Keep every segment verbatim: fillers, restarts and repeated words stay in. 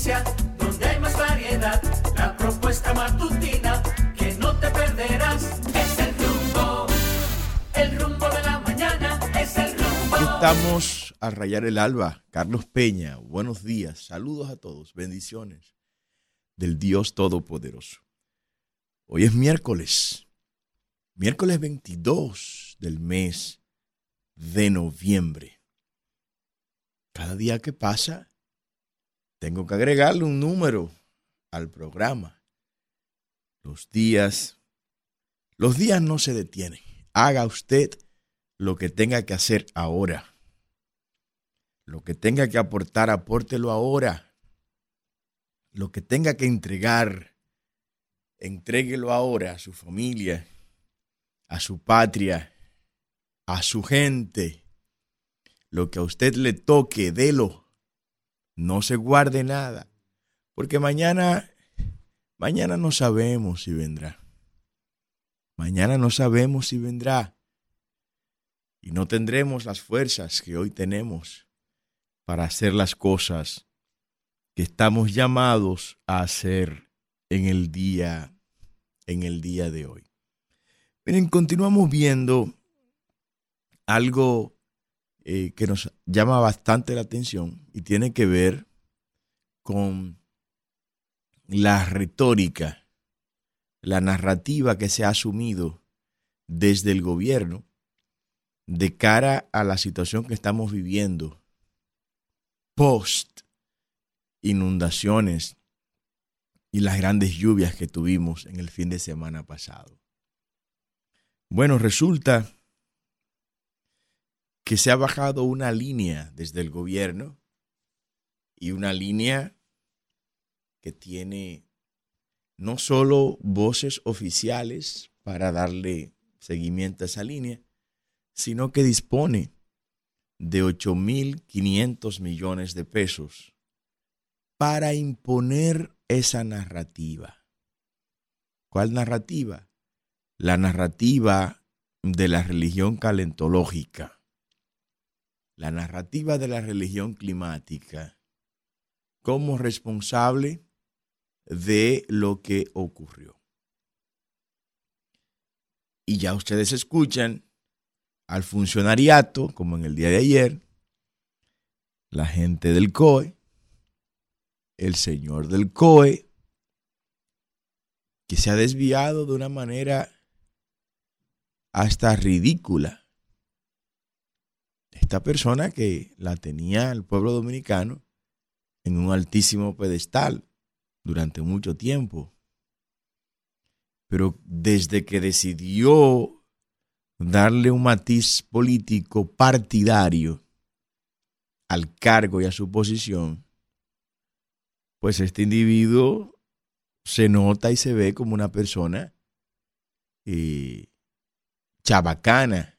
noticia, donde hay más variedad, la propuesta matutina que no te perderás. Es el rumbo, el rumbo de la mañana, es el rumbo. Aquí estamos a rayar el alba. Carlos Peña, buenos días, saludos a todos, bendiciones del Dios Todopoderoso. Hoy es miércoles, miércoles veintidós del mes de noviembre. Cada día que pasa, tengo que agregarle un número al programa. Los días, los días no se detienen. Haga usted lo que tenga que hacer ahora. Lo que tenga que aportar, apórtelo ahora. Lo que tenga que entregar, entréguelo ahora a su familia, a su patria, a su gente. Lo que a usted le toque, délo. No se guarde nada, porque mañana, mañana no sabemos si vendrá. Mañana no sabemos si vendrá. Y no tendremos las fuerzas que hoy tenemos para hacer las cosas que estamos llamados a hacer en el día, en el día de hoy. Miren, continuamos viendo algo eh, que nos llama bastante la atención y tiene que ver con la retórica, la narrativa que se ha asumido desde el gobierno de cara a la situación que estamos viviendo post inundaciones y las grandes lluvias que tuvimos en el fin de semana pasado. Bueno, resulta que se ha bajado una línea desde el gobierno y una línea que tiene no solo voces oficiales para darle seguimiento a esa línea, sino que dispone de ocho mil quinientos millones de pesos para imponer esa narrativa. ¿Cuál narrativa? La narrativa de la religión calentológica, la narrativa de la religión climática, como responsable de lo que ocurrió. Y ya ustedes escuchan al funcionariato, como en el día de ayer, la gente del C O E, el señor del C O E, que se ha desviado de una manera hasta ridícula. Esta persona que la tenía el pueblo dominicano en un altísimo pedestal durante mucho tiempo. Pero desde que decidió darle un matiz político partidario al cargo y a su posición, pues este individuo se nota y se ve como una persona eh, chabacana.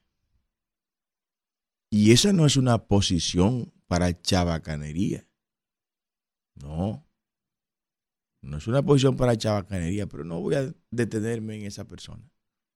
Y esa no es una posición para chabacanería. No, no es una posición para chabacanería, pero no voy a detenerme en esa persona.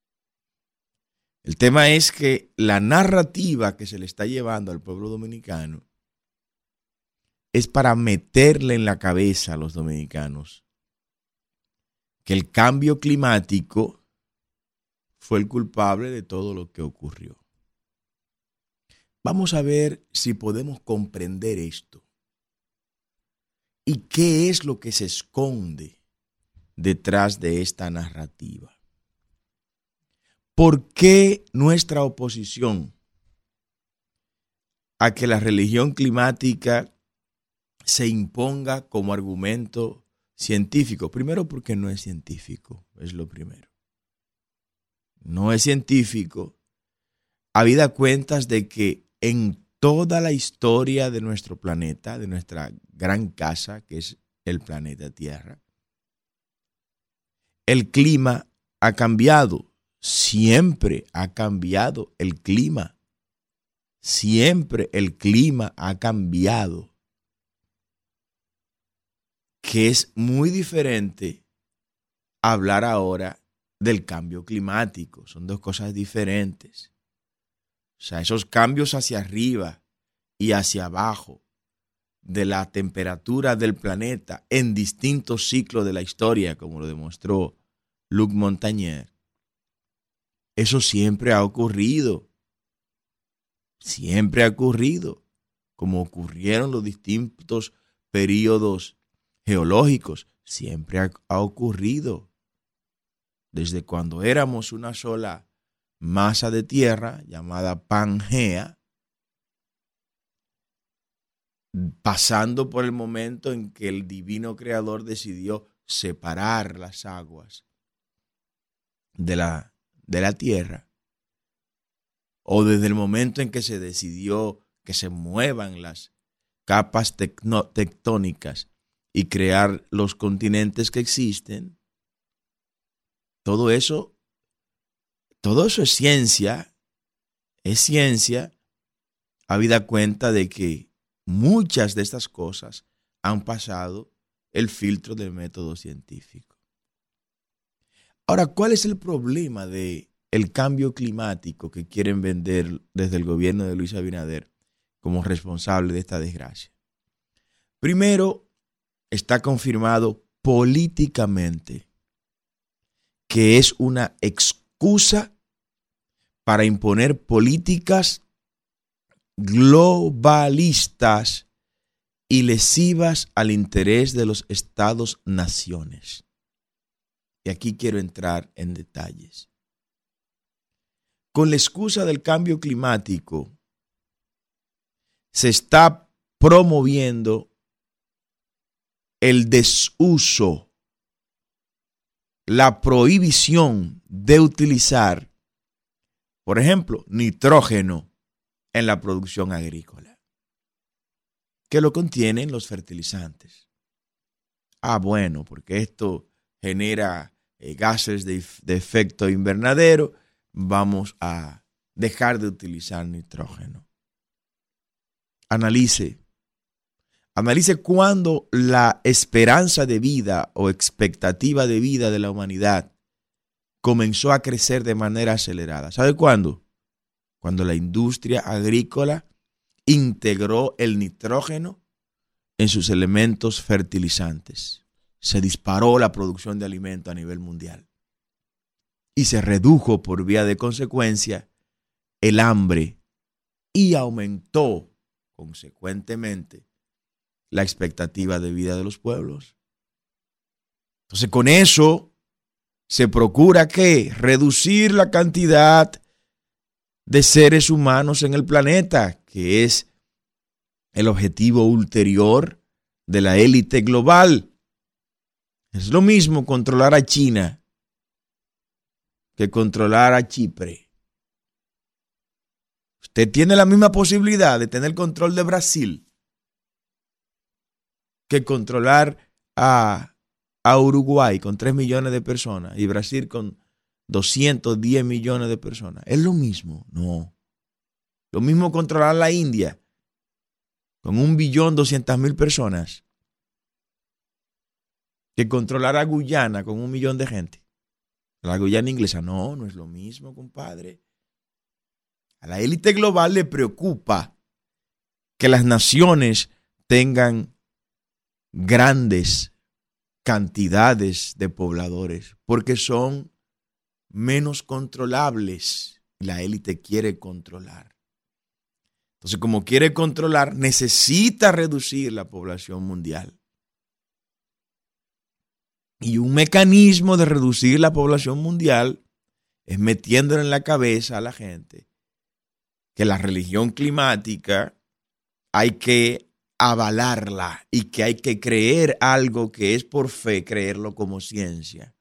El tema es que la narrativa que se le está llevando al pueblo dominicano es para meterle en la cabeza a los dominicanos que el cambio climático fue el culpable de todo lo que ocurrió. Vamos a ver si podemos comprender esto. ¿Y qué es lo que se esconde detrás de esta narrativa? ¿Por qué nuestra oposición a que la religión climática se imponga como argumento científico? Primero, porque no es científico, es lo primero. No es científico, habida cuentas de que en toda la historia de nuestro planeta, de nuestra gran casa, que es el planeta Tierra, el clima ha cambiado. Siempre ha cambiado el clima. Siempre el clima ha cambiado. Que es muy diferente hablar ahora del cambio climático. Son dos cosas diferentes. O sea, esos cambios hacia arriba y hacia abajo de la temperatura del planeta en distintos ciclos de la historia, como lo demostró Luc Montagnier, eso siempre ha ocurrido. Siempre ha ocurrido, como ocurrieron los distintos periodos geológicos, siempre ha, ha ocurrido. Desde cuando éramos una sola masa de tierra llamada Pangea, pasando por el momento en que el divino creador decidió separar las aguas de la, de la tierra, o desde el momento en que se decidió que se muevan las capas tecno, tectónicas y crear los continentes que existen, todo eso, todo eso es ciencia, es ciencia, habida cuenta de que muchas de estas cosas han pasado el filtro del método científico. Ahora, ¿cuál es el problema de el cambio climático que quieren vender desde el gobierno de Luis Abinader como responsable de esta desgracia? Primero, está confirmado políticamente que es una excusa para imponer políticas globalistas y lesivas al interés de los estados-naciones. Y aquí quiero entrar en detalles. Con la excusa del cambio climático, se está promoviendo el desuso, la prohibición de utilizar, por ejemplo, nitrógeno en la producción agrícola, que lo contienen los fertilizantes. Ah, bueno, porque esto genera eh, gases de, de efecto invernadero, vamos a dejar de utilizar nitrógeno. Analice, analice cuándo la esperanza de vida o expectativa de vida de la humanidad comenzó a crecer de manera acelerada. ¿Sabe cuándo? Cuando la industria agrícola integró el nitrógeno en sus elementos fertilizantes. Se disparó la producción de alimentos a nivel mundial. Y se redujo por vía de consecuencia el hambre y aumentó consecuentemente la expectativa de vida de los pueblos. Entonces, con eso se procura ¿qué? Reducir la cantidad de seres humanos en el planeta, que es el objetivo ulterior de la élite global. Es lo mismo controlar a China que controlar a Chipre. Usted tiene la misma posibilidad de tener control de Brasil que controlar a, a Uruguay con tres millones de personas y Brasil con doscientos diez millones de personas. ¿Es lo mismo? No. Lo mismo controlar la India con un billón doscientas mil personas que controlar a Guyana con un millón de gente. La Guyana inglesa, no, no es lo mismo, compadre. A la élite global le preocupa que las naciones tengan grandes cantidades de pobladores porque son menos controlables. La élite quiere controlar. Entonces, como quiere controlar, necesita reducir la población mundial. Y un mecanismo de reducir la población mundial es metiéndole en la cabeza a la gente que la religión climática hay que avalarla y que hay que creer algo que es por fe, creerlo como ciencia.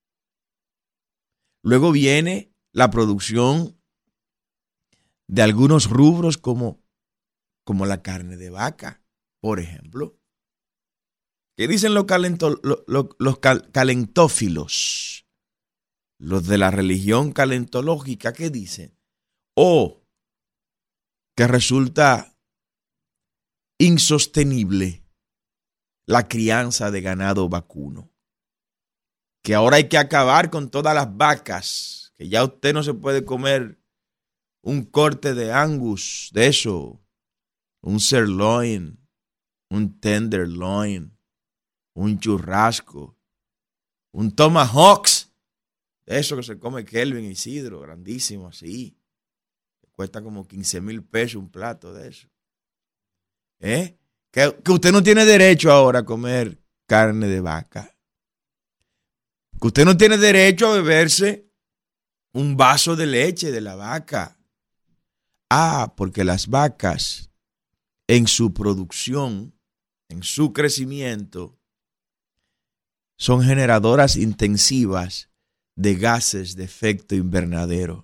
Luego viene la producción de algunos rubros como, como la carne de vaca, por ejemplo. ¿Qué dicen los, calento, los, los, los cal, calentófilos? Los de la religión calentológica, ¿qué dicen? O que resulta insostenible la crianza de ganado vacuno. Que ahora hay que acabar con todas las vacas, que ya usted no se puede comer un corte de Angus, de eso, un sirloin, un tenderloin, un churrasco, un tomahawks, eso que se come Kelvin Isidro, grandísimo así. Cuesta como quince mil pesos un plato de eso. ¿Eh? Que, que usted no tiene derecho ahora a comer carne de vaca. Que usted no tiene derecho a beberse un vaso de leche de la vaca. Ah, porque las vacas en su producción, en su crecimiento, son generadoras intensivas de gases de efecto invernadero.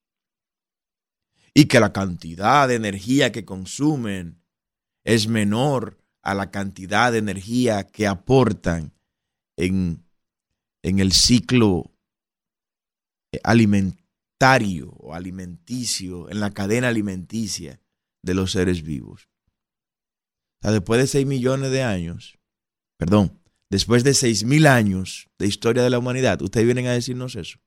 Y que la cantidad de energía que consumen es menor a la cantidad de energía que aportan en, en el ciclo alimentario o alimenticio, en la cadena alimenticia de los seres vivos. O sea, después de seis millones de años, perdón, después de seis mil años de historia de la humanidad, ustedes vienen a decirnos eso.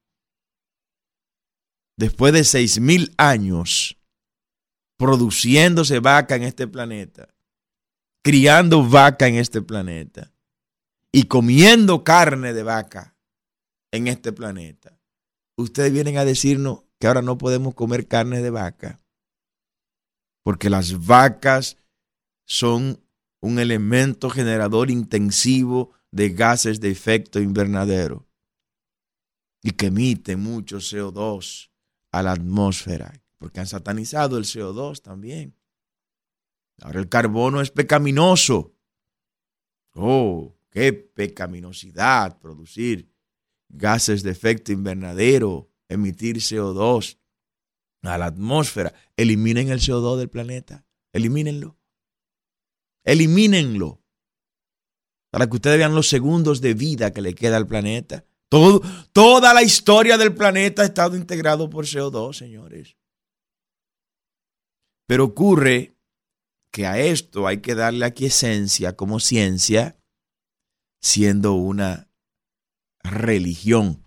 Después de seis mil años produciéndose vaca en este planeta, criando vaca en este planeta y comiendo carne de vaca en este planeta, ustedes vienen a decirnos que ahora no podemos comer carne de vaca porque las vacas son un elemento generador intensivo de gases de efecto invernadero y que emiten mucho C O dos a la atmósfera, porque han satanizado el C O dos también. Ahora el carbono es pecaminoso. Oh, qué pecaminosidad producir gases de efecto invernadero, emitir C O dos a la atmósfera. Eliminen el C O dos del planeta. Elimínenlo. Elimínenlo. Para que ustedes vean los segundos de vida que le queda al planeta. Todo, toda la historia del planeta ha estado integrado por C O dos, señores. Pero ocurre que a esto hay que darle aquiescencia como ciencia, siendo una religión.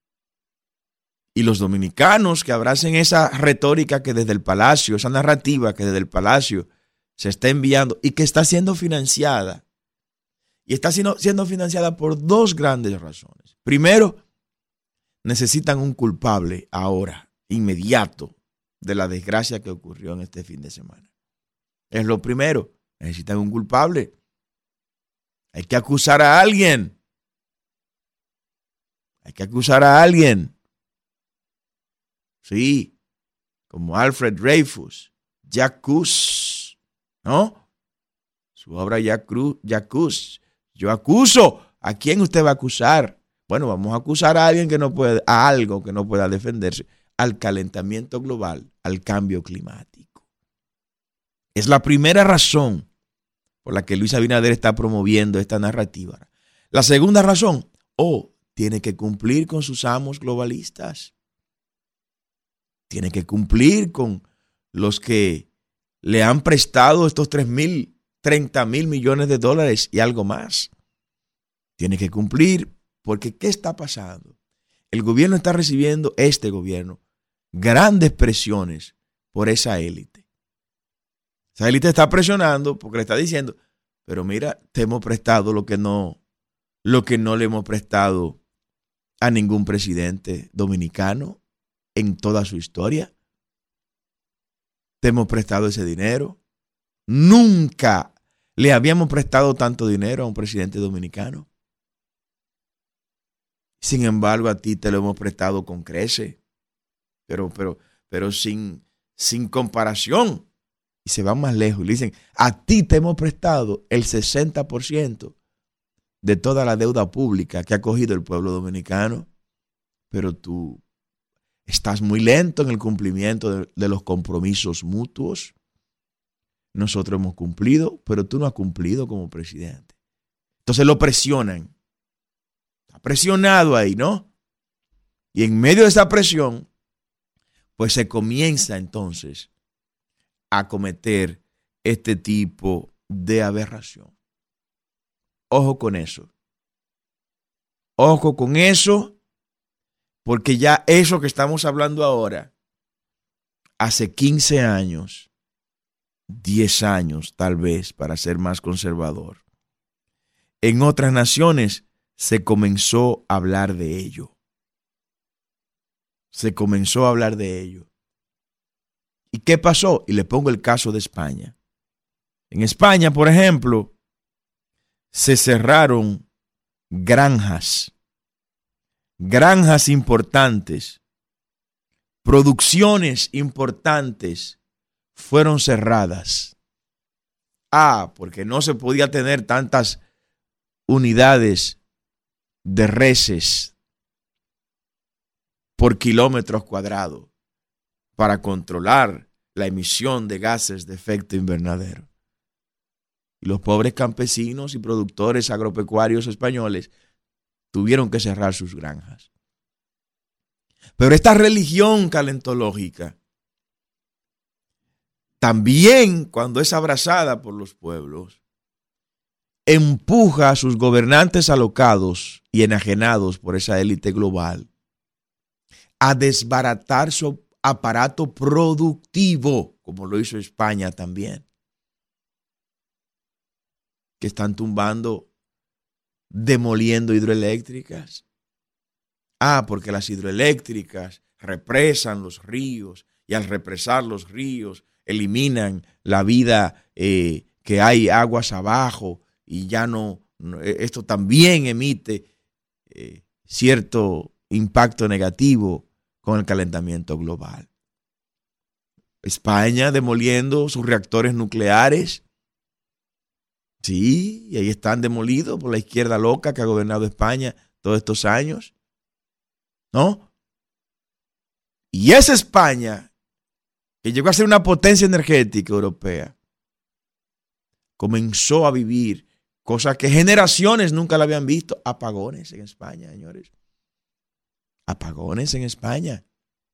Y los dominicanos que abracen esa retórica que desde el palacio, esa narrativa que desde el palacio se está enviando y que está siendo financiada. Y está siendo, siendo financiada por dos grandes razones. Primero, necesitan un culpable ahora, inmediato, de la desgracia que ocurrió en este fin de semana. Es lo primero, necesitan un culpable. Hay que acusar a alguien. Hay que acusar a alguien. Sí, como Alfred Dreyfus, Jacques, ¿no? Su obra Jacques. Yo acuso. ¿A quién usted va a acusar? Bueno, vamos a acusar a alguien que no puede, a algo que no pueda defenderse, al calentamiento global, al cambio climático. Es la primera razón por la que Luis Abinader está promoviendo esta narrativa. La segunda razón, oh, tiene que cumplir con sus amos globalistas. Tiene que cumplir con los que le han prestado estos tres mil, treinta mil millones de dólares y algo más. Tiene que cumplir porque ¿qué está pasando? El gobierno está recibiendo, este gobierno, grandes presiones por esa élite. Esa élite está presionando porque le está diciendo, pero mira, te hemos prestado lo que no, lo que no le hemos prestado a ningún presidente dominicano en toda su historia. Te hemos prestado ese dinero. Nunca le habíamos prestado tanto dinero a un presidente dominicano. Sin embargo, a ti te lo hemos prestado con creces, pero, pero, pero sin, sin comparación. Y se van más lejos y le dicen, a ti te hemos prestado el sesenta por ciento de toda la deuda pública que ha cogido el pueblo dominicano, pero tú estás muy lento en el cumplimiento de, de los compromisos mutuos. Nosotros hemos cumplido, pero tú no has cumplido como presidente. Entonces lo presionan. Está presionado ahí, ¿no? Y en medio de esa presión, pues se comienza entonces a cometer este tipo de aberración. Ojo con eso. Ojo con eso, porque ya eso que estamos hablando ahora, hace quince años, diez años, tal vez, para ser más conservador. En otras naciones se comenzó a hablar de ello. Se comenzó a hablar de ello. ¿Y qué pasó? Y le pongo el caso de España. En España, por ejemplo, se cerraron granjas, granjas importantes, producciones importantes fueron cerradas. Ah, porque no se podía tener tantas unidades de reses por kilómetros cuadrados para controlar la emisión de gases de efecto invernadero. Y los pobres campesinos y productores agropecuarios españoles tuvieron que cerrar sus granjas. Pero esta religión calentológica también, cuando es abrazada por los pueblos, empuja a sus gobernantes alocados y enajenados por esa élite global a desbaratar su aparato productivo, como lo hizo España también, que están tumbando, demoliendo hidroeléctricas. Ah, porque las hidroeléctricas represan los ríos y al represar los ríos eliminan la vida eh, que hay aguas abajo y ya no, no esto también emite eh, cierto impacto negativo con el calentamiento global. España demoliendo sus reactores nucleares. Sí, y ahí están demolidos por la izquierda loca que ha gobernado España todos estos años. ¿No? Y esa España, que llegó a ser una potencia energética europea, comenzó a vivir cosas que generaciones nunca la habían visto. Apagones en España, señores. Apagones en España.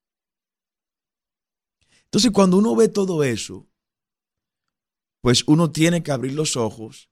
Entonces, cuando uno ve todo eso, pues uno tiene que abrir los ojos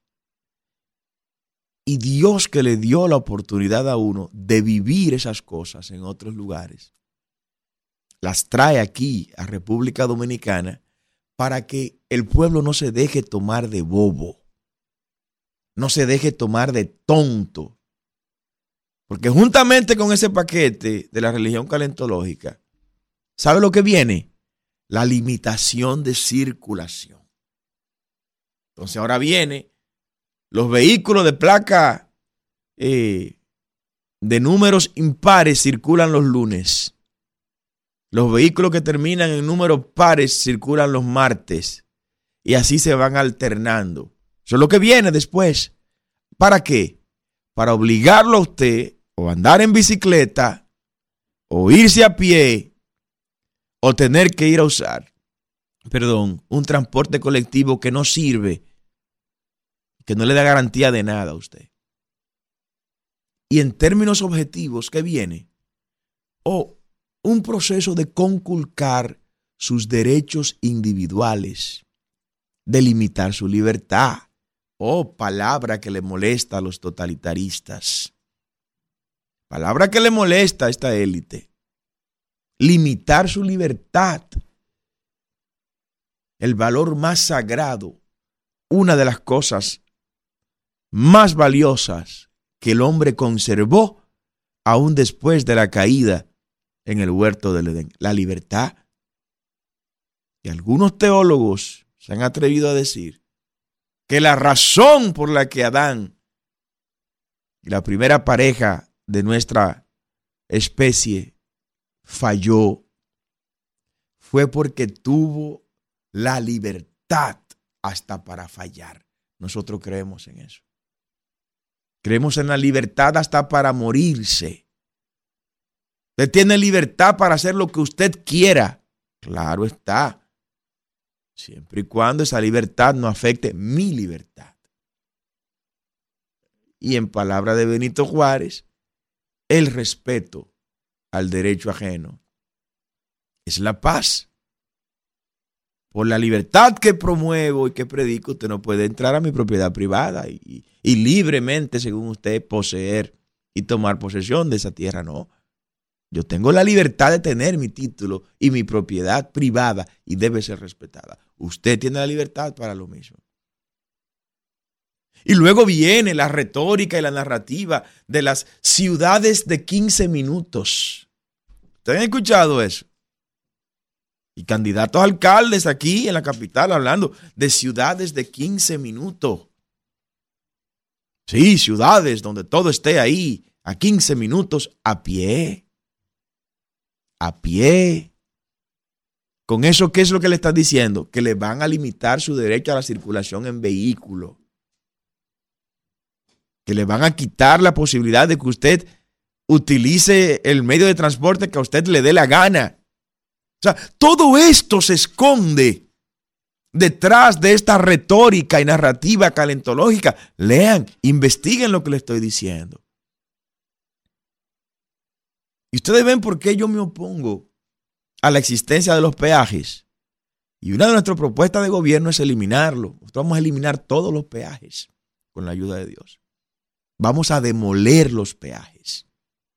y Dios, que le dio la oportunidad a uno de vivir esas cosas en otros lugares, las trae aquí a República Dominicana para que el pueblo no se deje tomar de bobo, no se deje tomar de tonto. Porque juntamente con ese paquete de la religión calentológica, ¿sabe lo que viene? La limitación de circulación. Entonces ahora viene los vehículos de placa eh, de números impares circulan los lunes. Los vehículos que terminan en números pares circulan los martes. Y así se van alternando. Eso es lo que viene después. ¿Para qué? Para obligarlo a usted o andar en bicicleta o irse a pie o tener que ir a usar, perdón, un transporte colectivo que no sirve, que no le da garantía de nada a usted. Y en términos objetivos, ¿qué viene? O un proceso de conculcar sus derechos individuales, de limitar su libertad. Oh, palabra que le molesta a los totalitaristas. Palabra que le molesta a esta élite. Limitar su libertad. El valor más sagrado, una de las cosas más valiosas que el hombre conservó aún después de la caída en el huerto del Edén, la libertad. Y algunos teólogos se han atrevido a decir que la razón por la que Adán, la primera pareja de nuestra especie, falló fue porque tuvo la libertad hasta para fallar. Nosotros creemos en eso. Creemos en la libertad hasta para morirse. Usted tiene libertad para hacer lo que usted quiera. Claro está. Siempre y cuando esa libertad no afecte mi libertad. Y en palabra de Benito Juárez, el respeto al derecho ajeno es la paz. Por la libertad que promuevo y que predico, usted no puede entrar a mi propiedad privada y, y libremente, según usted, poseer y tomar posesión de esa tierra. No. Yo tengo la libertad de tener mi título y mi propiedad privada y debe ser respetada. usted tiene la libertad para lo mismo. Y luego viene la retórica y la narrativa de las ciudades de quince minutos. ¿Ustedes han escuchado eso? Y candidatos a alcaldes aquí en la capital hablando de ciudades de quince minutos. Sí, ciudades donde todo esté ahí a quince minutos a pie. A pie. Con eso, ¿qué es lo que le están diciendo? Que le van a limitar su derecho a la circulación en vehículo. Que le van a quitar la posibilidad de que usted utilice el medio de transporte que a usted le dé la gana. O sea, todo esto se esconde detrás de esta retórica y narrativa calentológica. Lean, investiguen lo que les estoy diciendo. Y ustedes ven por qué yo me opongo a la existencia de los peajes. Y una de nuestras propuestas de gobierno es eliminarlo. Nosotros vamos a eliminar todos los peajes con la ayuda de Dios. Vamos a demoler los peajes.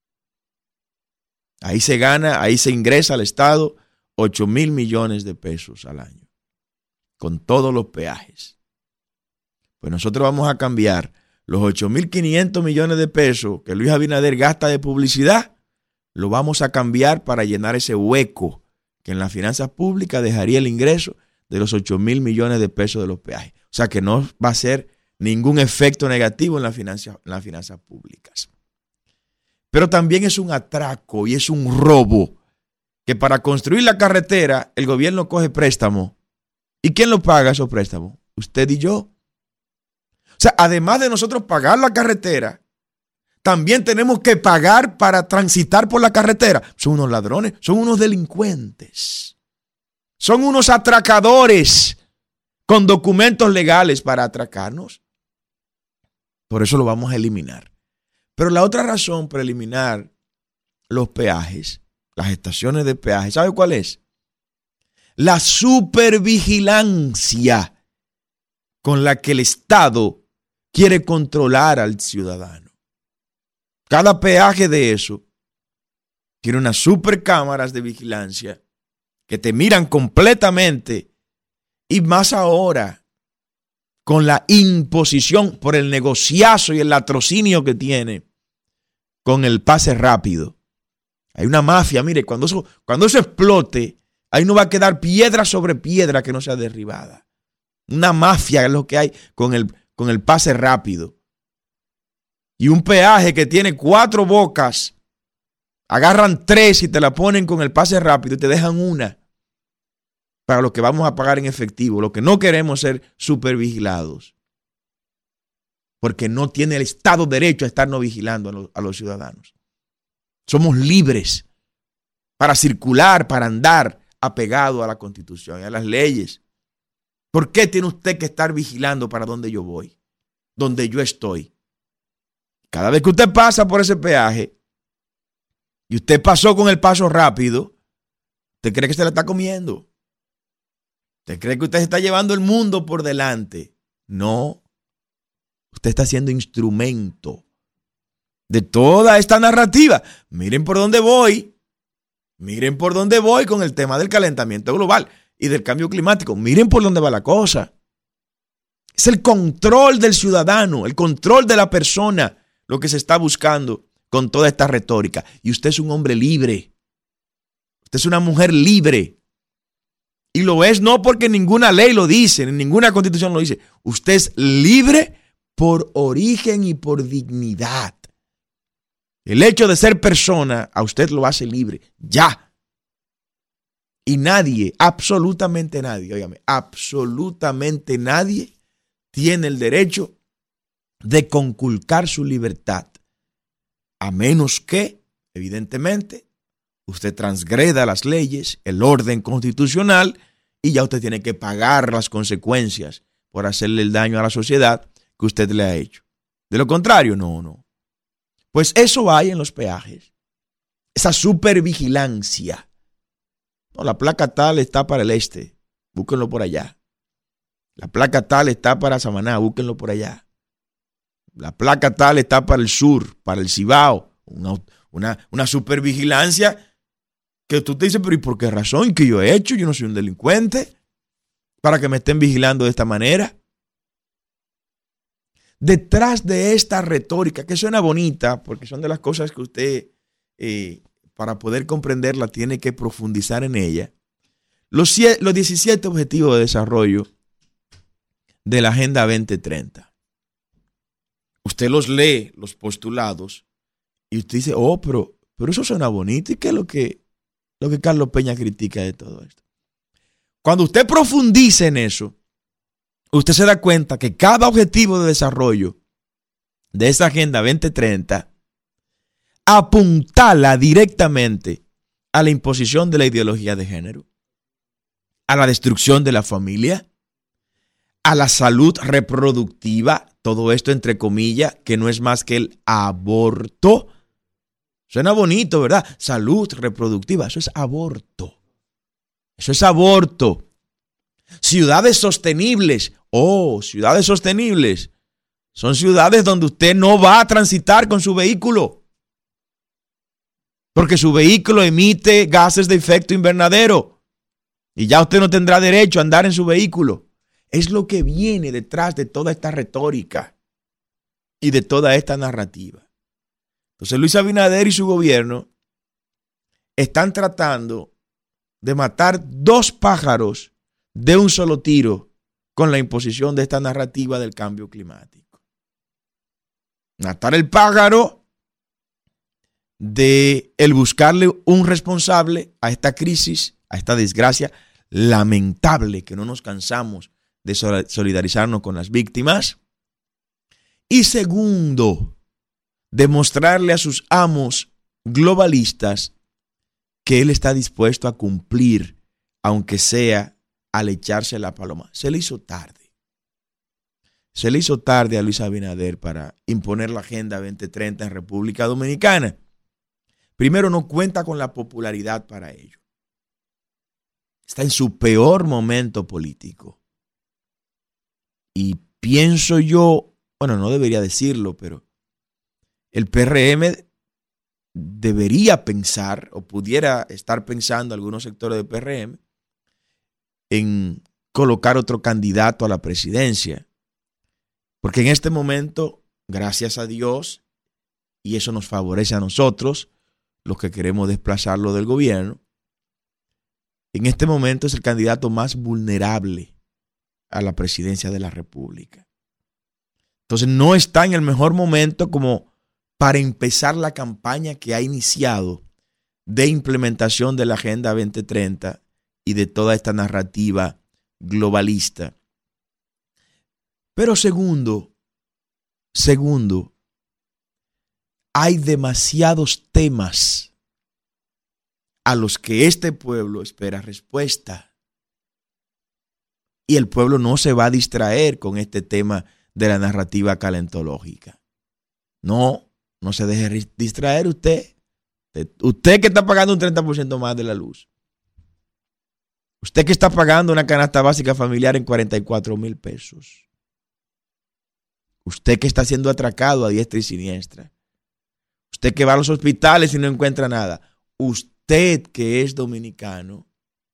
Ahí se gana, ahí se ingresa al Estado ocho mil millones de pesos al año, con todos los peajes. Pues nosotros vamos a cambiar los ocho mil quinientos millones de pesos que Luis Abinader gasta de publicidad, lo vamos a cambiar para llenar ese hueco que en las finanzas públicas dejaría el ingreso de los ocho mil millones de pesos de los peajes. O sea que no va a ser ningún efecto negativo en las finanzas, en las finanzas públicas. Pero también es un atraco y es un robo que para construir la carretera el gobierno coge préstamo. ¿Y quién lo paga esos préstamos? Usted y yo. O sea, además de nosotros pagar la carretera, también tenemos que pagar para transitar por la carretera. Son unos ladrones, son unos delincuentes. Son unos atracadores con documentos legales para atracarnos. Por eso lo vamos a eliminar. Pero la otra razón para eliminar los peajes, las estaciones de peaje, ¿sabe cuál es? La supervigilancia con la que el Estado quiere controlar al ciudadano. Cada peaje de eso tiene unas supercámaras de vigilancia que te miran completamente, y más ahora con la imposición por el negociazo y el latrocinio que tiene con el pase rápido. Hay una mafia, mire, cuando eso, cuando eso explote, ahí no va a quedar piedra sobre piedra que no sea derribada. Una mafia es lo que hay con el, con el pase rápido. Y un peaje que tiene cuatro bocas, agarran tres y te la ponen con el pase rápido y te dejan una para lo que vamos a pagar en efectivo. Lo que no queremos ser supervigilados, porque no tiene el Estado derecho a estarnos vigilando a los, a los ciudadanos. Somos libres para circular, para andar apegado a la Constitución y a las leyes. ¿Por qué tiene usted que estar vigilando para dónde yo voy, dónde yo estoy? Cada vez que usted pasa por ese peaje y usted pasó con el paso rápido, ¿usted cree que se la está comiendo? ¿Usted cree que usted se está llevando el mundo por delante? No. Usted está siendo instrumento de toda esta narrativa. Miren por dónde voy. Miren por dónde voy con el tema del calentamiento global y del cambio climático. Miren por dónde va la cosa. Es el control del ciudadano, el control de la persona, lo que se está buscando con toda esta retórica. Y usted es un hombre libre. Usted es una mujer libre. Y lo es no porque ninguna ley lo dice, ni ninguna constitución lo dice. Usted es libre por origen y por dignidad. El hecho de ser persona a usted lo hace libre. Ya. Y nadie, absolutamente nadie, óigame, absolutamente nadie tiene el derecho de conculcar su libertad, a menos que, evidentemente, usted transgreda las leyes, el orden constitucional, y ya usted tiene que pagar las consecuencias por hacerle el daño a la sociedad que usted le ha hecho. De lo contrario, no, no. Pues eso hay en los peajes, esa supervigilancia. No, la placa tal está para el este, búsquenlo por allá. La placa tal está para Samaná, búsquenlo por allá. La placa tal está para el sur, para el Cibao. Una, una, una supervigilancia que tú te dices, pero ¿y por qué razón? ¿Qué yo he hecho? Yo no soy un delincuente. para que me estén vigilando de esta manera. Detrás de esta retórica, que suena bonita, porque son de las cosas que usted, eh, para poder comprenderla, tiene que profundizar en ella. Los, los diecisiete Objetivos de Desarrollo de la Agenda veinte treinta. Usted los lee, los postulados, y usted dice, oh, pero, pero eso suena bonito. ¿Y qué es lo que, lo que Carlos Peña critica de todo esto? Cuando usted profundice en eso, usted se da cuenta que cada objetivo de desarrollo de esa Agenda veinte treinta apuntala directamente a la imposición de la ideología de género, a la destrucción de la familia, a la salud reproductiva, todo esto entre comillas, que no es más que el aborto. Suena bonito, ¿verdad? Salud reproductiva, eso es aborto. Eso es aborto. Ciudades sostenibles. Oh, ciudades sostenibles. Son ciudades donde usted no va a transitar con su vehículo, porque su vehículo emite gases de efecto invernadero y ya usted no tendrá derecho a andar en su vehículo. Es lo que viene detrás de toda esta retórica y de toda esta narrativa. Entonces Luis Abinader y su gobierno están tratando de matar dos pájaros de un solo tiro con la imposición de esta narrativa del cambio climático. Matar el pájaro de el buscarle un responsable a esta crisis, a esta desgracia lamentable, que no nos cansamos de solidarizarnos con las víctimas. Y segundo, demostrarle a sus amos globalistas que él está dispuesto a cumplir, aunque sea al echarse la paloma. Se le hizo tarde. Se le hizo tarde a Luis Abinader para imponer la Agenda veinte treinta en República Dominicana. Primero, no cuenta con la popularidad para ello. Está en su peor momento político. Y pienso yo, bueno, no debería decirlo, pero el P R M debería pensar, o pudiera estar pensando algunos sectores del P R M, en colocar otro candidato a la presidencia. Porque en este momento, gracias a Dios, y eso nos favorece a nosotros, los que queremos desplazarlo del gobierno, en este momento es el candidato más vulnerable a la presidencia de la República. Entonces no está en el mejor momento como para empezar la campaña que ha iniciado de implementación de la Agenda veinte treinta y de toda esta narrativa globalista. Pero segundo, segundo, hay demasiados temas a los que este pueblo espera respuesta. Y el pueblo no se va a distraer con este tema de la narrativa calentológica. No, no se deje distraer usted. Usted que está pagando un treinta por ciento más de la luz. Usted que está pagando una canasta básica familiar en cuarenta y cuatro mil pesos. Usted que está siendo atracado a diestra y siniestra. Usted que va a los hospitales y no encuentra nada. Usted que es dominicano,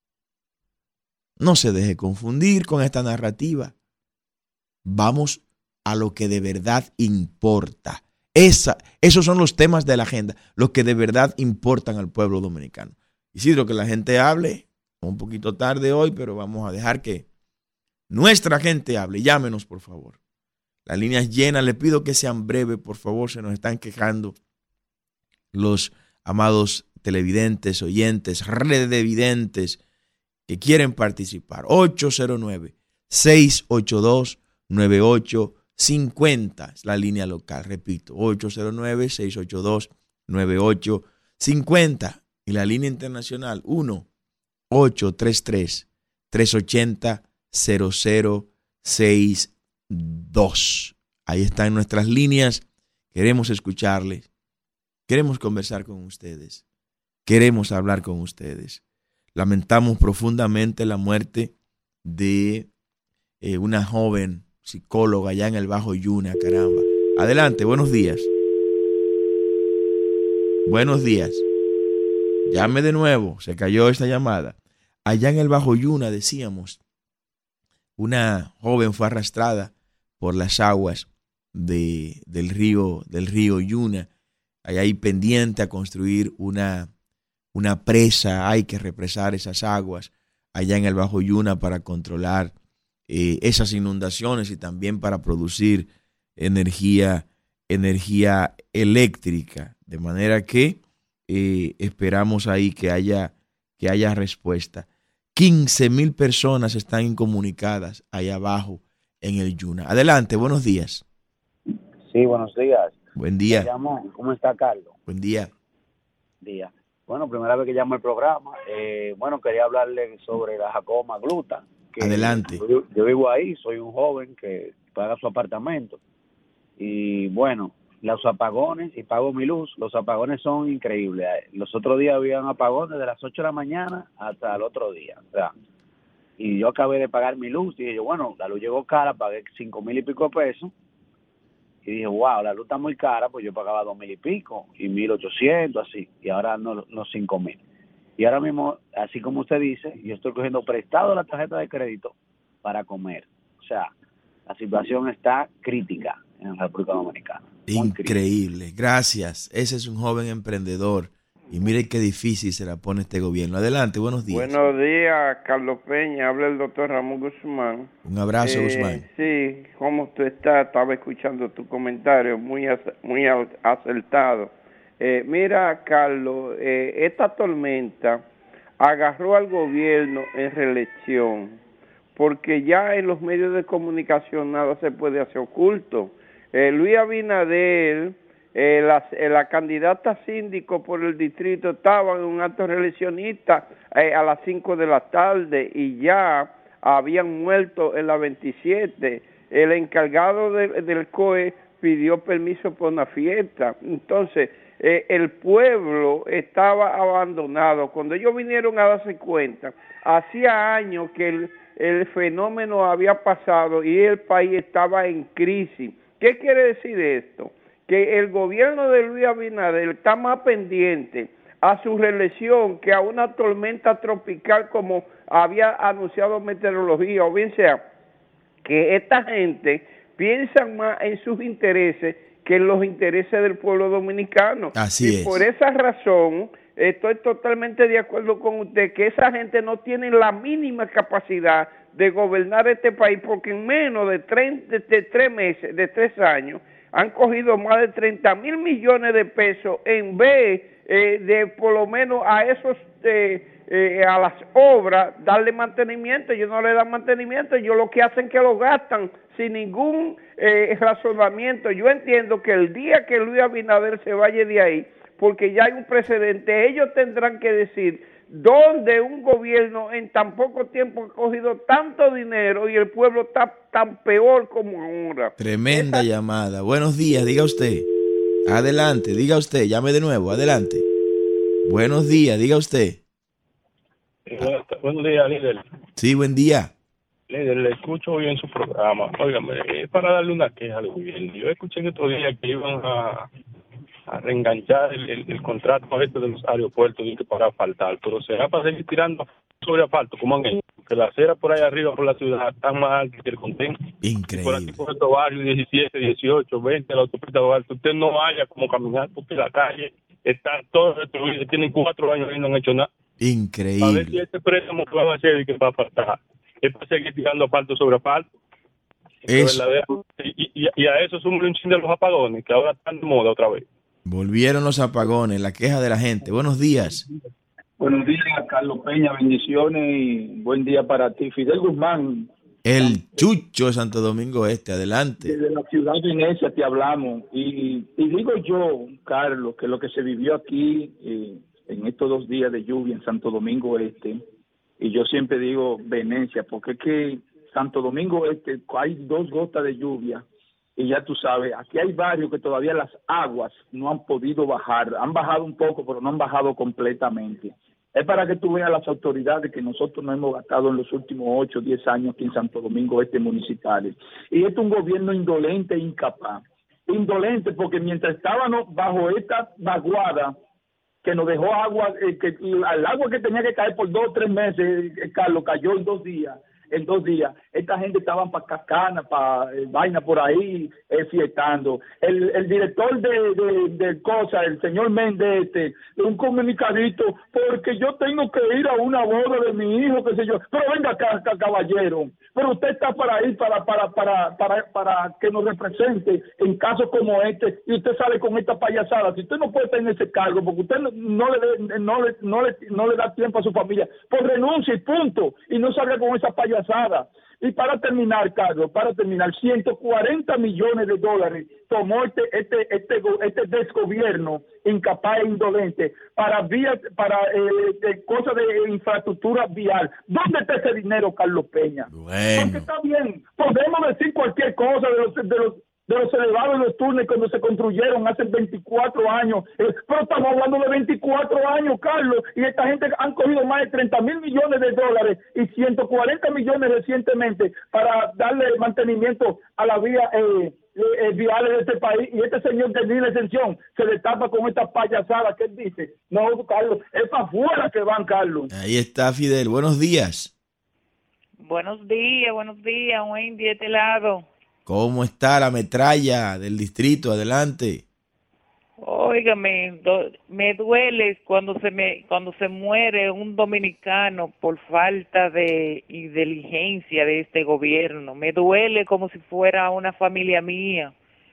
no se deje confundir con esta narrativa. Vamos a lo que de verdad importa. Esa, esos son los temas de la agenda, los que de verdad importan al pueblo dominicano. Isidro, que la gente hable, un poquito tarde hoy, pero vamos a dejar que nuestra gente hable. Llámenos, por favor. Las líneas llenas, le pido que sean breves, por favor, se nos están quejando los amados televidentes, oyentes, redevidentes que quieren participar. ocho cero nueve, seis ocho dos, nueve ocho cinco cero es la línea local, repito, ocho cero nueve, seis ocho dos, nueve ocho cinco cero. Y la línea internacional, uno ocho tres tres, tres ocho cero, cero cero seis dos. Ahí están nuestras líneas. Queremos escucharles. Queremos conversar con ustedes. Queremos hablar con ustedes. Lamentamos profundamente la muerte de eh, una joven psicóloga allá en el Bajo Yuna, caramba. Adelante, buenos días. Buenos días. Llame de nuevo, se cayó esta llamada. Allá en el Bajo Yuna, decíamos, una joven fue arrastrada por las aguas de, del río del río Yuna. Hay ahí pendiente a construir una, una presa, hay que represar esas aguas allá en el Bajo Yuna para controlar eh, esas inundaciones y también para producir energía, energía eléctrica. De manera que eh, esperamos ahí que haya, que haya respuesta. quince mil personas están incomunicadas allá abajo en el Yuna. Adelante, buenos días. Sí, buenos días. Buen día. Me llamo, ¿cómo está, Carlos? Buen día. Día. Bueno, primera vez que llamo al programa. Eh, bueno, quería hablarle sobre la Jacobo Magluta. Que Adelante. Yo, yo vivo ahí, soy un joven que paga su apartamento. Y bueno, los apagones, y pago mi luz, los apagones son increíbles. Los otros días habían apagones de las ocho de la mañana hasta el otro día. O sea, y yo acabé de pagar mi luz y dije, bueno, la luz llegó cara, pagué cinco mil y pico de pesos. Y dije, wow, la luz está muy cara, pues yo pagaba dos mil y pico, y mil ochocientos, así, y ahora no, no cinco mil. Y ahora mismo, así como usted dice, yo estoy cogiendo prestado la tarjeta de crédito para comer. O sea, la situación está crítica en la República Dominicana. Increíble, gracias. Ese es un joven emprendedor. Y mire qué difícil se la pone este gobierno. Adelante, buenos días. Buenos días, Carlos Peña. Habla el doctor Ramón Guzmán. Un abrazo, eh, Guzmán. Sí, ¿cómo tú estás? Estaba escuchando tu comentario, muy, muy acertado. Eh, mira, Carlos, eh, esta tormenta agarró al gobierno en reelección, porque ya en los medios de comunicación nada se puede hacer oculto. Eh, Luis Abinader... Eh, la, eh, la candidata síndico por el distrito estaba en un acto reeleccionista eh, a las cinco de la tarde y ya habían muerto en la veintisiete. El encargado de, del C O E pidió permiso por una fiesta. Entonces, eh, el pueblo estaba abandonado. Cuando ellos vinieron a darse cuenta, hacía años que el, el fenómeno había pasado y el país estaba en crisis. ¿Qué quiere decir esto? Que el gobierno de Luis Abinader está más pendiente a su reelección que a una tormenta tropical como había anunciado meteorología, o bien sea, que esta gente piensa más en sus intereses que en los intereses del pueblo dominicano. Así y es. Por esa razón, estoy totalmente de acuerdo con usted que esa gente no tiene la mínima capacidad de gobernar este país, porque en menos de tres, de, de tres meses, de tres años, han cogido más de treinta mil millones de pesos en vez eh, de por lo menos a esos eh, eh, a las obras darle mantenimiento. Ellos no le dan mantenimiento, ellos lo que hacen es que lo gastan sin ningún eh, razonamiento. Yo entiendo que el día que Luis Abinader se vaya de ahí, porque ya hay un precedente, ellos tendrán que decir dónde un gobierno en tan poco tiempo ha cogido tanto dinero y el pueblo está tan peor como ahora. Tremenda Esa... llamada. Buenos días, diga usted. Adelante, diga usted, llame de nuevo, adelante. Buenos días, diga usted. Eh, bueno, buenos días, líder. Sí, buen día. Líder, le escucho hoy en su programa. Óigame, es para darle una queja al gobierno. Yo escuché el otro día que iban a... a reenganchar el, el, el contrato este de los aeropuertos y que para asfaltar, pero será para seguir tirando sobre asfalto, como han hecho, que la acera por ahí arriba por la ciudad está más alta que el contén. Increíble. Por aquí por estos barrios diecisiete, dieciocho, veinte, la autopista de Duarte, usted no vaya como caminar porque la calle está todo destruida, tienen cuatro años y no han hecho nada. Increíble. A ver si este préstamo que van a hacer y que va a faltar, es para seguir tirando asfalto sobre asfalto. Eso. Y, y, y a eso suman un chin de los apagones, que ahora están de moda otra vez. Volvieron los apagones, la queja de la gente. Buenos días. Buenos días, Carlos Peña, bendiciones y buen día para ti. Fidel Guzmán. El Chucho de Santo Domingo Este, adelante. Desde la ciudad de Inesia te hablamos. Y, y digo yo, Carlos, que lo que se vivió aquí eh, en estos dos días de lluvia en Santo Domingo Este, y yo siempre digo Venecia, porque es que Santo Domingo Este hay dos gotas de lluvia. Y ya tú sabes, aquí hay barrios que todavía las aguas no han podido bajar. Han bajado un poco, pero no han bajado completamente. Es para que tú veas las autoridades que nosotros no hemos gastado en los últimos ocho o diez años aquí en Santo Domingo Este municipal. Y este es un gobierno indolente e incapaz. Indolente porque mientras estábamos bajo esta vaguada que nos dejó agua, eh, que el agua que tenía que caer por dos o tres meses, eh, Carlos, cayó en dos días. en dos días. Esta gente estaban para Cascana, para eh, vaina por ahí, eh, fiestando. El, el director de, de, de cosa, el señor Méndez, este, un comunicadito, porque yo tengo que ir a una boda de mi hijo, qué sé yo. Pero venga acá, acá, caballero, pero usted está para ir para, para, para, para, para que nos represente en casos como este, y usted sale con esta payasada. Si usted no puede tener ese cargo, porque usted no, no, le, no, le, no, le, no le da tiempo a su familia, pues renuncie y punto, y no salga con esa payasada. Y para terminar, Carlos, para terminar, ciento cuarenta millones de dólares tomó este este este este desgobierno incapaz e indolente para vías, para eh, de cosas de infraestructura vial. ¿Dónde está ese dinero, Carlos Peña? Bueno. Porque está bien, podemos decir cualquier cosa de los de los de los elevados de los túneles cuando se construyeron hace veinticuatro años, eh, pero estamos hablando de veinticuatro años, Carlos, y esta gente han cogido más de treinta mil millones de dólares y ciento cuarenta millones recientemente para darle mantenimiento a la vía eh, eh, viales de este país, y este señor que ni la exención se le tapa con esta payasada que él dice. No, Carlos, es para afuera que van, Carlos. Ahí está Fidel, buenos días. Buenos días, buenos días, Wendy de este lado. ¿Cómo está la metralla del distrito? Adelante. Óigame, do, me duele cuando se me cuando se muere un dominicano por falta de inteligencia de este gobierno. Me duele como si fuera una familia mía.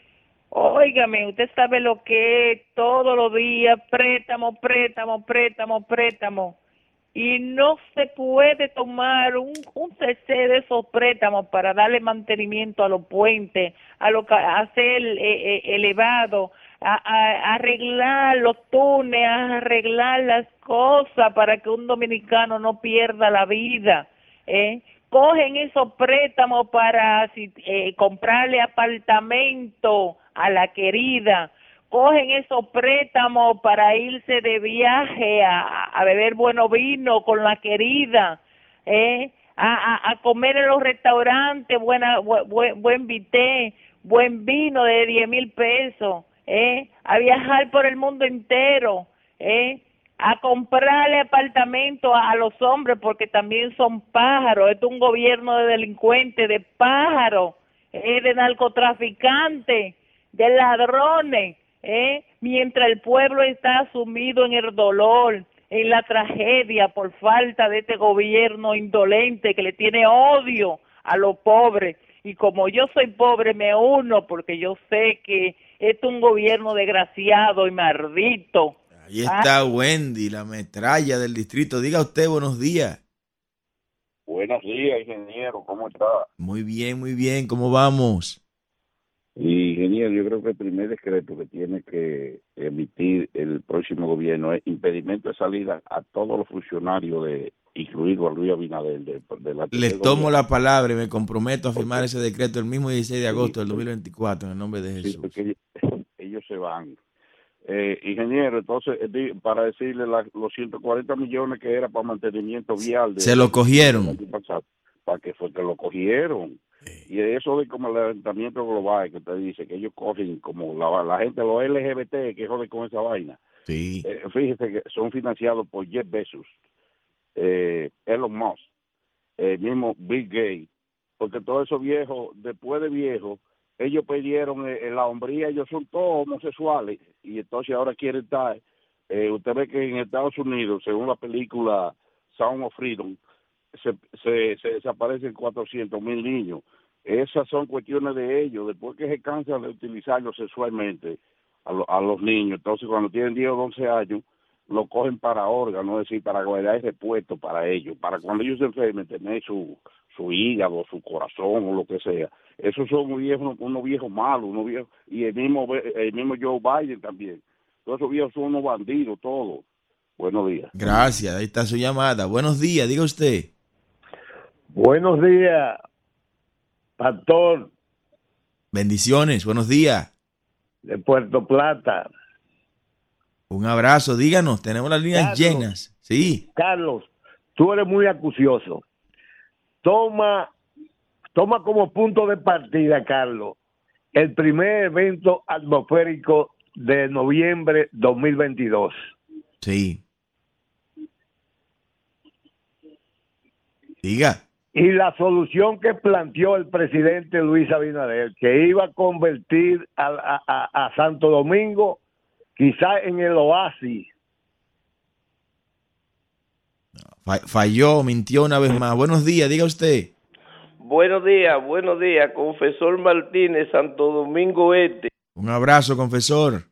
Óigame, usted sabe lo que es todos los días préstamo, préstamo, préstamo, préstamo. Y no se puede tomar un, un C C de esos préstamos para darle mantenimiento a los puentes, a lo que hacer eh, eh, elevado, a, a, a arreglar los túneles, a arreglar las cosas para que un dominicano no pierda la vida. ¿eh? Cogen esos préstamos para eh, comprarle apartamento a la querida. Cogen esos préstamos para irse de viaje a, a beber bueno vino con la querida, ¿eh? a, a, a comer en los restaurantes, buena, bu, buen, buen vité, buen vino de diez mil pesos, ¿eh? a viajar por el mundo entero, ¿eh? a comprarle apartamentos a, a los hombres porque también son pájaros. Esto es un gobierno de delincuentes, de pájaros, ¿eh? de narcotraficantes, de ladrones. ¿Eh? Mientras el pueblo está sumido en el dolor, en la tragedia por falta de este gobierno indolente que le tiene odio a los pobres. Y como yo soy pobre, me uno porque yo sé que este es un gobierno desgraciado y maldito. Ahí está ¿Ah? Wendy, la metralla del distrito. Diga usted buenos días. Buenos días, ingeniero, ¿cómo está? Muy bien, muy bien, ¿cómo vamos? Y, ingeniero, yo creo que el primer decreto que tiene que emitir el próximo gobierno es impedimento de salida a todos los funcionarios, de incluido a Luis Abinader. De, de la Le tomo la palabra y me comprometo a firmar okay. ese decreto el mismo dieciséis de agosto sí, del dos mil veinticuatro, en el nombre de Jesús. Sí, porque ellos, ellos se van. Eh, ingeniero, entonces, para decirle la, los ciento cuarenta millones que era para mantenimiento vial. De, ¿Se lo cogieron? ¿Para qué fue que lo cogieron? Y eso de como el calentamiento global que usted dice, que ellos cogen como la, la gente, los L G B T que joden con esa vaina. Sí. Eh, fíjese que son financiados por Jeff Bezos, eh, Elon Musk, el mismo Bill Gates, porque todos esos viejos, después de viejos, ellos perdieron eh, la hombría, ellos son todos homosexuales, y entonces ahora quieren estar, eh, usted ve que en Estados Unidos, según la película Sound of Freedom, Se, se, se desaparecen cuatrocientos mil niños. Esas son cuestiones de ellos. Después que se cansan de utilizarlos sexualmente a, lo, a los niños, entonces cuando tienen diez o once años, lo cogen para órganos, es decir, para guardar ese puesto para ellos, para cuando ellos se enfermen, tener su, su hígado, su corazón o lo que sea. Esos son unos viejos, unos viejos malos, unos viejos, y el mismo, el mismo Joe Biden también. Todos esos viejos son unos bandidos, todos. Buenos días. Gracias, ahí está su llamada. Buenos días, diga usted. Buenos días, pastor. Bendiciones, buenos días. De Puerto Plata. Un abrazo, díganos, tenemos las líneas Carlos, llenas. Sí. Carlos, tú eres muy acucioso. Toma, toma como punto de partida, Carlos, el primer evento atmosférico de noviembre dos mil veintidós. Sí. Diga. y la solución que planteó el presidente Luis Abinader, que iba a convertir a, a, a, a Santo Domingo quizá en el oasis. Falló, mintió una vez más. Buenos días, diga usted. Buenos días, buenos días, confesor Martínez, Santo Domingo Este. Un abrazo, confesor.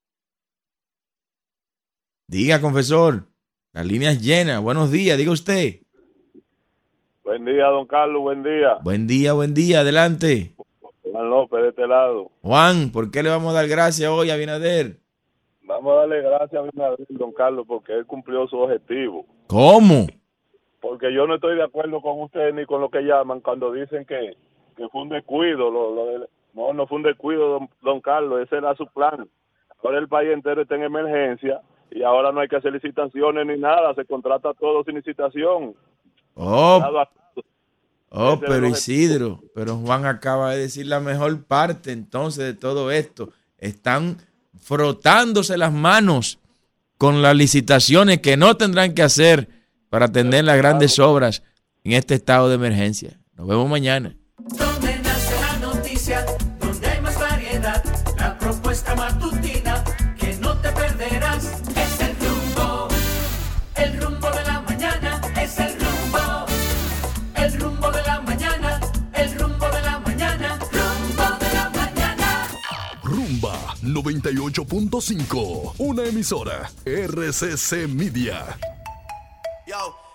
Diga, confesor. La línea es llena. Buenos días, diga usted. Buen día, don Carlos, buen día. Buen día, buen día, adelante. Juan López, de este lado. Juan, ¿por qué le vamos a dar gracias hoy a Abinader? Vamos a darle gracias a Abinader, don Carlos, porque él cumplió su objetivo. ¿Cómo? Porque yo no estoy de acuerdo con usted ni con lo que llaman cuando dicen que, que fue un descuido. Lo, lo de, no, no fue un descuido, don, don Carlos, ese era su plan. Ahora el país entero está en emergencia y ahora no hay que hacer licitaciones ni nada, se contrata todo sin licitación. Oh, oh pero Isidro, pero Juan acaba de decir la mejor parte entonces de todo esto. Están frotándose las manos con las licitaciones que no tendrán que hacer para atender las grandes obras en este estado de emergencia. Nos vemos mañana. Donde nace la noticia, donde hay más variedad, la propuesta matutina que no te perderás. Es el rumbo, el rumbo de la mañana, es el rumbo, el rumbo de la mañana, el rumbo de la mañana, rumbo de la mañana. Rumba noventa y ocho punto cinco, una emisora R C C Media.